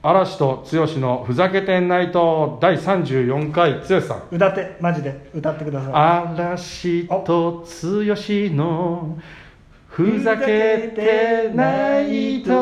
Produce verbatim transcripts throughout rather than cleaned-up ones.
嵐と剛のふざけてんナイトだいさんじゅうよんかい。剛さん歌って、マジで歌ってください。 嵐と剛のふざけてないと。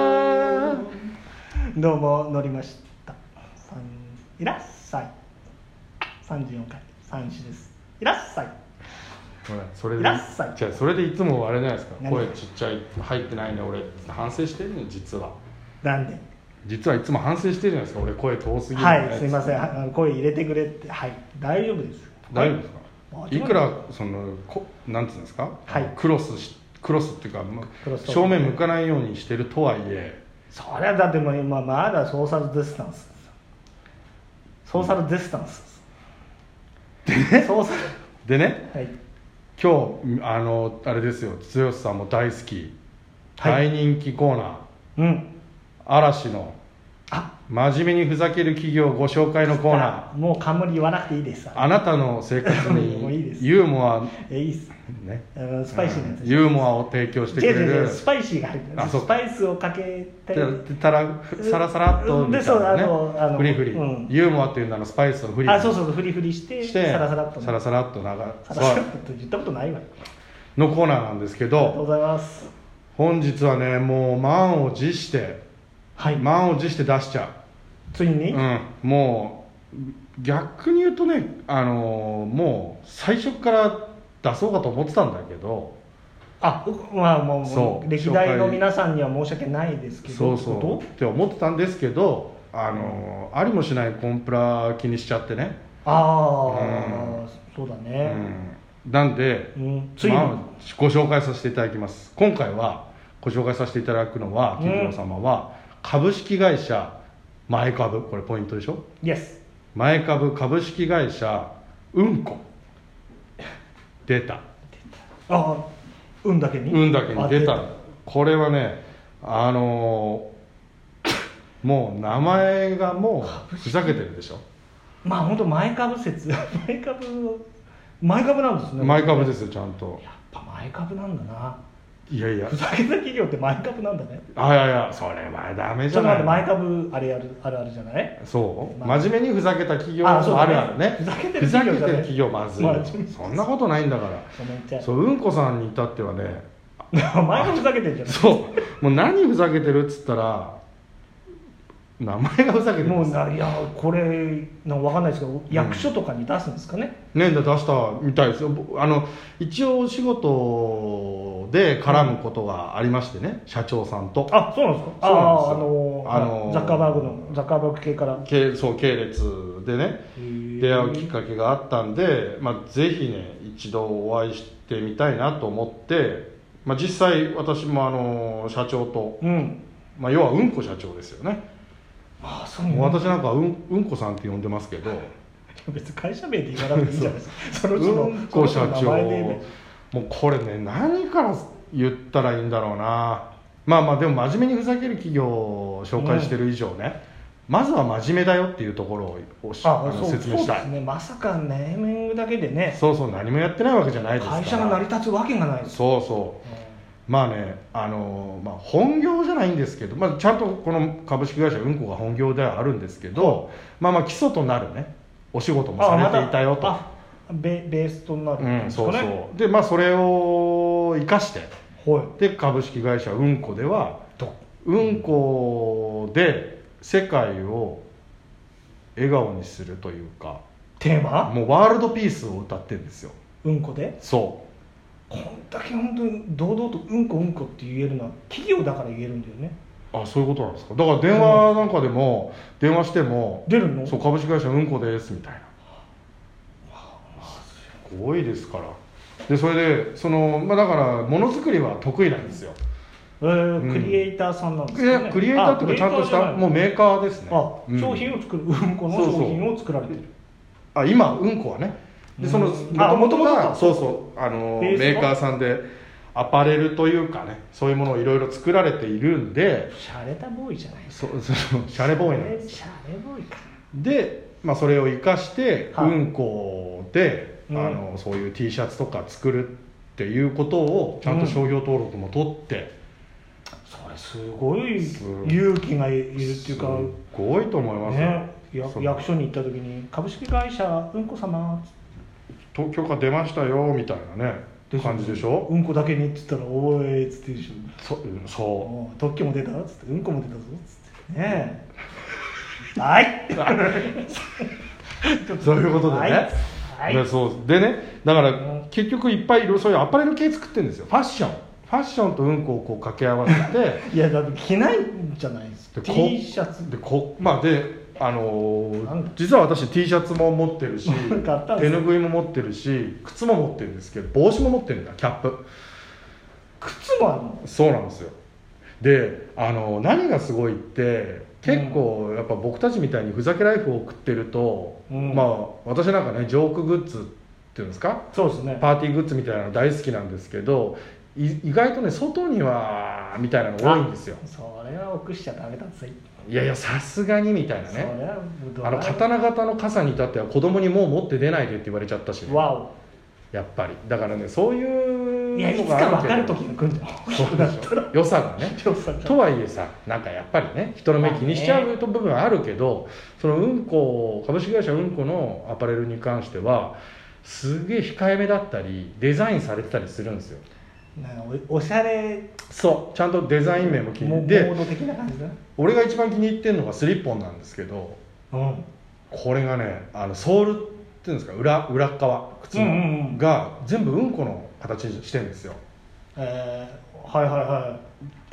どうも乗りました。いらっしゃい。さんじゅうよんかい三四です。いらっしゃい。 ほらそれでいらっしゃい。 じゃあそれでいつもあれじゃないですか、 何声ちっちゃい入ってないね俺反省してるね。実はなんで実はいつも反省してるじゃないですか、俺声遠すぎるはね。 い、すいません、は声入れてくれって。はい、大丈夫です。 大丈夫ですか、 はい、 いくらそのこなんていうんですか、 はい、 クロスしクロスっていうかス正面向かないようにしてるとはいえ、 それはだってもう今まだソーシャルディスタンスソーシャルディスタンスでねソーシャルでね、 はい、 今日あのあれですよ、剛さんも大好き、 はい、 大人気コーナー、 うん、 嵐のあ真面目にふざける企業ご紹介のコーナー。 もう冠言わなくていいです。 あなたの生活もういいですにユーモアえいいっすね、 スパイシーなやつ、 ユーモアを提供してくれる。 違う違う違う、スパイシーが入ってる。スパイスをかけてたらサラサラっとみたいなね、フリフリ、 うん、 ユーモアっていうのはスパイスをフリフリ、 あ、そうそうそう、フリフリしてしてサラサラっと、ね、 サラサラっと長サラサラっと言ったことないわのコーナーなんですけど、 ありがとうございます。 本日はね、もう満を持して、はい、満を持して出しちゃう。 ついに、 うん、もう逆に言うとね、あのー、もう最初から出そうかと思ってたんだけど、 あ、まあもう歴代の皆さんには申し訳ないですけど、 そうそうって思ってたんですけど、あのー、ありもしないコンプラ気にしちゃってね。 ああ、うん、そうだね、 うん、なんで、 うん、ついに、 まあ、ご紹介させていただきます。今回はご紹介させていただくのは、企業様は株式会社前株、これポイントでしょ。 Yes。 前株株式会社うんこ出た。 ああ、運だけに運だけに出た。これはね、あのー、もう名前がもうふざけてるでしょ。 まあ本当前株説前株前株なんですね。 前株ですよ、ちゃんと。 やっぱ前株なんだな。 いやいや、 ふざけた企業って前株なんだね。 あ、いやいや、それはダメじゃない。 ちょっと待って、前株あれあるあるあるじゃない。 そう、 まあ、 真面目にふざけた企業もあるあるね。 ふざけてる企業じゃない。 ふざけてる企業まずい、まあ、そんなことないんだから。そう、うんこさんに至ってはね前がふざけてるじゃない。 そうもう何ふざけてるっつったら名前がふざけてるんです。 もうないやこれなん分かんないですけど、うん、役所とかに出すんですかね。 ね、出したみたいですよ。あの一応お仕事で絡むことがありましてね、うん、社長さんと。 あ、そうなんですか。ああ、あのあのザッカーバーグのザッカーバーグ系から系そう系列でね出会うきっかけがあったんで、まあ、ぜひね一度お会いしてみたいなと思って、まあ、実際私もあの社長と、うんまあ、要はうんこ社長ですよね。 ああ、そうね、 私なんかうん、うんこさんって呼んでますけど別に会社名で言わなくていいじゃないですかそのうんこ社長、もうこれね何から言ったらいいんだろうな。まあまあでも真面目にふざける企業を紹介してる以上ね、うん、まずは真面目だよっていうところをああの説明したい。そうですね、 まさかネーミングだけでね、 そうそう何もやってないわけじゃないですから。 会社が成り立つわけがないです。 そうそう、うん、まあね、あのまあ、本業じゃないんですけど、まあ、ちゃんとこの株式会社うんこが本業ではあるんですけど、まあまあ基礎となるねお仕事もされていたよと。 あ、ま、ベ, ベースとなるんですかね、うん、そうそうで、まあ、それを生かして、はい、で株式会社うんこではうんこで世界を笑顔にするというかテーマもうワールドピースを歌ってるんですよ。 うんこで。そうこんだけ本当に堂々とうんこうんこって言えるのは企業だから言えるんだよね。 あ、そういうことなんですか。だから電話なんかでも電話しても出るの。そう、 株式会社うんこですみたいな。すごいですから。でそれでその、まあ、だからものづくりは得意なんですよ。 えーうん、クリエイターさんなんですかね。 クリエイターっていうかちゃんとしたもうメーカーですね。 あ、うん、商品を作る、うんこの商品を作られてる。 あ、今うんこはね。でそのもともとがそうそうあのメーカーさんでアパレルというかね、そういうものをいろいろ作られているんで。 シャレたボーイじゃないですか。そうそうシャレボーイなんです。 シャレボーイか。 で、まあ、それを生かしてうんこで、うん、あのそういう T シャツとか作るっていうことをちゃんと商標登録も取って、 うん、それすごい勇気がいるっていうか、 すごいと思いますよ、 ね、役所に行った時に株式会社うんこ様東京から出ましたよみたいなね感じでしょ。 うんこだけにって言ったらおーいっつってでしょ。 そそう、 特許も出たっつってうんこも出たぞっつってねえはいそういうことでね、 はいはい、 でそうでね、だから結局いっぱいいろそういうアパレル系作ってるんですよ。ファッションファッションとうんこをこう掛け合わせていやだって着ないんじゃないですか。 T シャツでこまあであのー、実は私 T シャツも持ってるし手ぬぐいも持ってるし靴も持ってるんですけど帽子も持ってるんだ、キャップ。 靴もあるの？ そうなんですよ。であの何がすごいって結構やっぱ僕たちみたいにふざけライフを送ってると、うん、まあ私なんかねジョークグッズっていうんですか、 そうですね、 パーティーグッズみたいなの大好きなんですけど、意外とね外にはみたいなの多いんですよ。 それは臆しちゃダメだぜ。 いやいやさすがにみたいなね。あの刀型の傘に至っては子供にもう持って出ないでって言われちゃったし、ね、 わお。 やっぱりだからねそういういやいつか分かる時が来るんだよ。 そうでしょ良さがねとはいえさ、なんかやっぱりね人の目気にしちゃう部分はあるけど、そのうんこ株式会社うんこのアパレルに関してはすげえ控えめだったりデザインされてたりするんですよ。 なんか お, おしゃれ、 そうちゃんとデザイン面も気に入ってモード的な感じだ。 俺が一番気に入ってるのがスリッポンなんですけど、うん、これがねあのソールっていうんですか 裏, 裏側靴の、うんうんうん、が全部うんこの形にしてるんですよ。 えー、はいはいはい。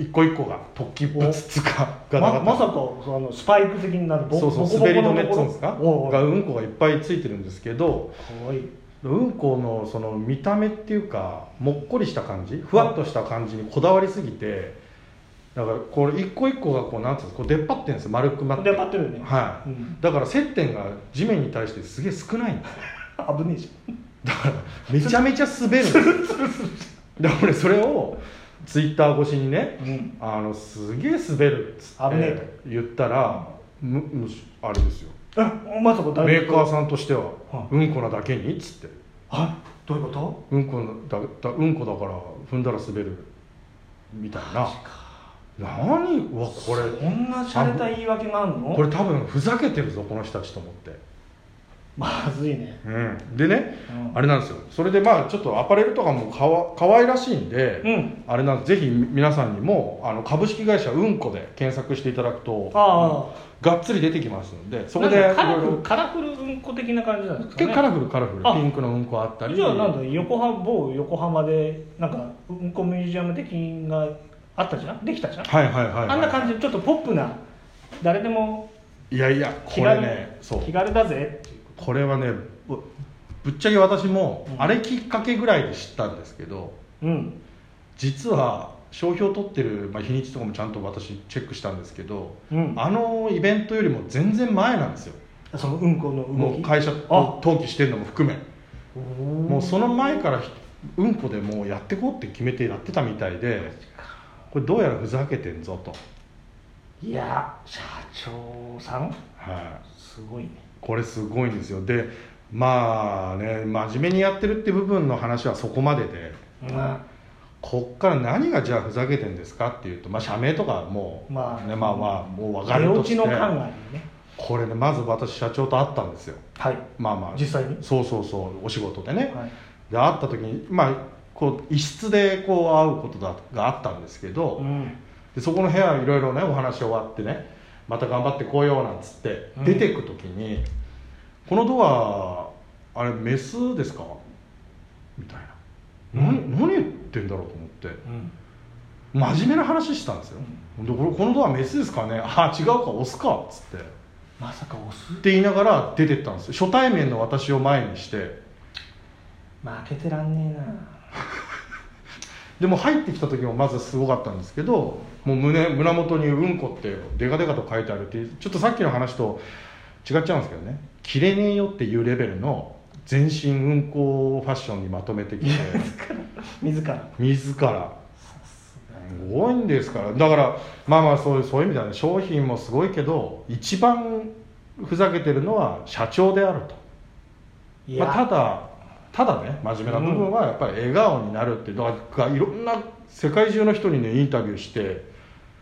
一個一個が突起物つかがま, まさかそのスパイク的になるそうそう滑り止めっていうんですかがうんこがいっぱいついてるんですけど、 かわいい。 うんこのその見た目っていうかもっこりした感じふわっとした感じにこだわりすぎて、だからこれ一個一個がこうなんつうんですか出っ張ってるんですよ。丸くまって出っ張ってるよね、 はい、うん、だから接点が地面に対してすげえ少ないんですよ危ねえじゃん。 だからめちゃめちゃ滑るんですよだから俺それをツイッター越しにね、うん、あのすげえ滑るっつって言ったら、うん、むむあれですよ、 まさかメーカーさんとしては、はうんこなだけにっつって、 はい、どういうこと？ うんこだだうんこだから踏んだら滑るみたいな。何うわこれこんな洒落た言い訳があるの？ これ多分ふざけてるぞこの人たちと思って。 まずいね、 うん、でね、うん、あれなんですよ。それでまあちょっとアパレルとかもかわ可愛らしいんで、うん、あれなんぜひ皆さんにもあの株式会社うんこで検索していただくとあ、うん、がっつり出てきますので、そこでカラフルカラフルうんこ的な感じなんですかね。 結構カラフルカラフルピンクのうんこあったり。 じゃあなんだ横浜某横浜でなんかうんこミュージアム的があったじゃん、できたじゃん。 はいはいはい、はい、 あんな感じでちょっとポップな誰でもいやいやこれねそう気軽だぜっていうこれはねぶっちゃけ私もあれきっかけぐらいで知ったんですけど、うん、実は商標を取ってる、まあ、日にちとかもちゃんと私チェックしたんですけど、うん、あのイベントよりも全然前なんですよ。 そのうんこの動きもう会社と登記してるのも含めもうその前からうんこでもうやってこうって決めてやってたみたいで、これどうやらふざけてんぞと。 いや社長さん、はい、すごいね。 これすごいんですよ。でまあね真面目にやってるって部分の話はそこまでで、うん、こっから何がじゃあふざけてんですかっていうと、まあ、社名とかもう、まあね、まあまあもう分かるとして、 の考えね、 これねまず私社長と会ったんですよ。 はい。 まあまあ実際にそうそうそうお仕事でね、はい、で会った時にまあこう一室でこう会うことがあったんですけど、うん、でそこの部屋いろいろねお話終わってねまた頑張ってこようなんつって出てく時に、うん、このドアあれメスですかみたいな、うん、何, 何言ってんだろうと思って、うん、真面目な話したんですよ、うん、でこれこのドアメスですかね、あ違うかオスかっつって、 まさかオスって言いながら出てったんですよ。初対面の私を前にして負けてらんねえなでも入ってきた時もまずすごかったんですけど、もう 胸, 胸元にうんこってデカデカと書いてあるって、ちょっとさっきの話と違っちゃうんですけどね、着れねえよっていうレベルの全身うんこファッションにまとめてきて自ら自らすごいんですから。だからまあまあそういうそういう意味ではね、商品もすごいけど一番ふざけてるのは社長であると。いや、まあ、ただただね真面目な部分はやっぱり笑顔になるっていうのがいろんな世界中の人にねインタビューして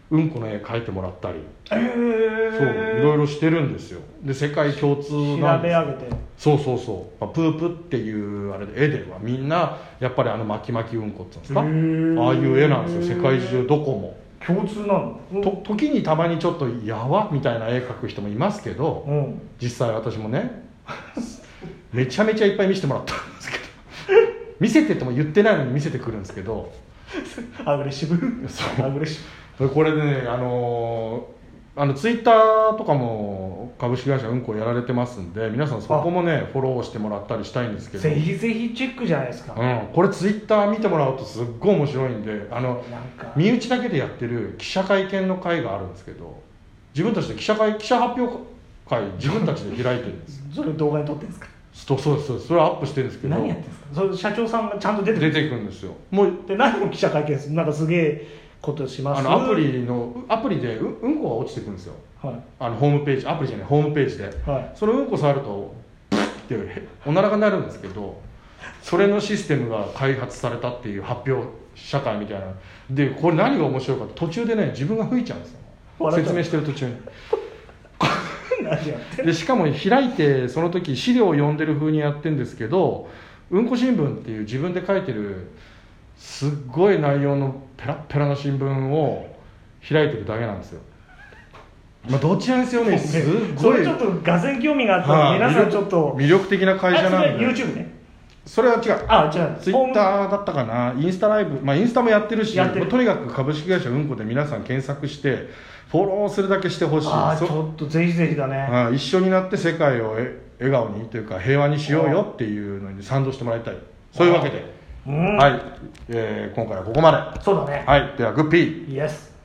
うんこの絵描いてもらったり、 えー、 そういろいろしてるんですよ。で世界共通なんです。 調べ上げて、 そうそうそう、まあ、プープっていうあれで絵ではみんなやっぱりあの巻き巻きうんこっていうんですか、ああいう絵なんですよ、世界中どこも。 共通なのと時にたまにちょっとやわみたいな絵描く人もいますけど、 うん、 実際私もねめちゃめちゃいっぱい見せてもらったんですけど見せてっても言ってないのに見せてくるんですけどアグレッシブそうアグレッシこれでね、あのー、あのツイッターとかも株式会社うんこやられてますんで、皆さんそこもねフォローしてもらったりしたいんですけど、 ブぜひぜひチェックじゃないですか、 うん、これツイッター見てもらうとすっごい面白いんで、あのなんか身内だけでやってる記者会見の会があるんですけど、自分たちで記者会記者発表会自分たちで開いてるんですそれ動画に撮ってるんですか？ そうそうですそうです、それはアップしてるんですけど、 何やってるんですか？それ社長さんがちゃんと出てくる出てくるんですよ。もうで何を記者会見するなんかすげえことしますあのアプリのアプリでううんこが落ちてくるんですよ、 はいあのホームページ、アプリじゃないホームページで、 はい、 そのうんこ触るとプッっておならが鳴るんですけど、それのシステムが開発されたっていう発表社会みたいなで、これ何が面白いかって途中でね自分が吹いちゃうんですよ、説明してる途中に何やってるでしかも開いてその時資料を読んでる風にやってるんですけど、うんこ新聞っていう自分で書いてるすっごい内容のペラッペラな新聞を開いてるだけなんですよ。まあどちらにせよね、すっごいそれちょっとがぜん興味があったら、皆さんちょっと魅力的な会社なんで。 あそれ YouTube ね。 それは違う、 あ違う、 ツイッターだったかな、インスタライブ、まあインスタもやってるし、 やってるとにかく株式会社うんこで皆さん検索してフォローするだけしてほしい。 あそちょっとぜひぜひだね。 あ一緒になって世界をえ笑顔にというか平和にしようよっていうのに賛同してもらいたい。そういうわけで、 うん、 はい、えー今回はここまで。 そうだね。 はい、ではグッピー。 イエス。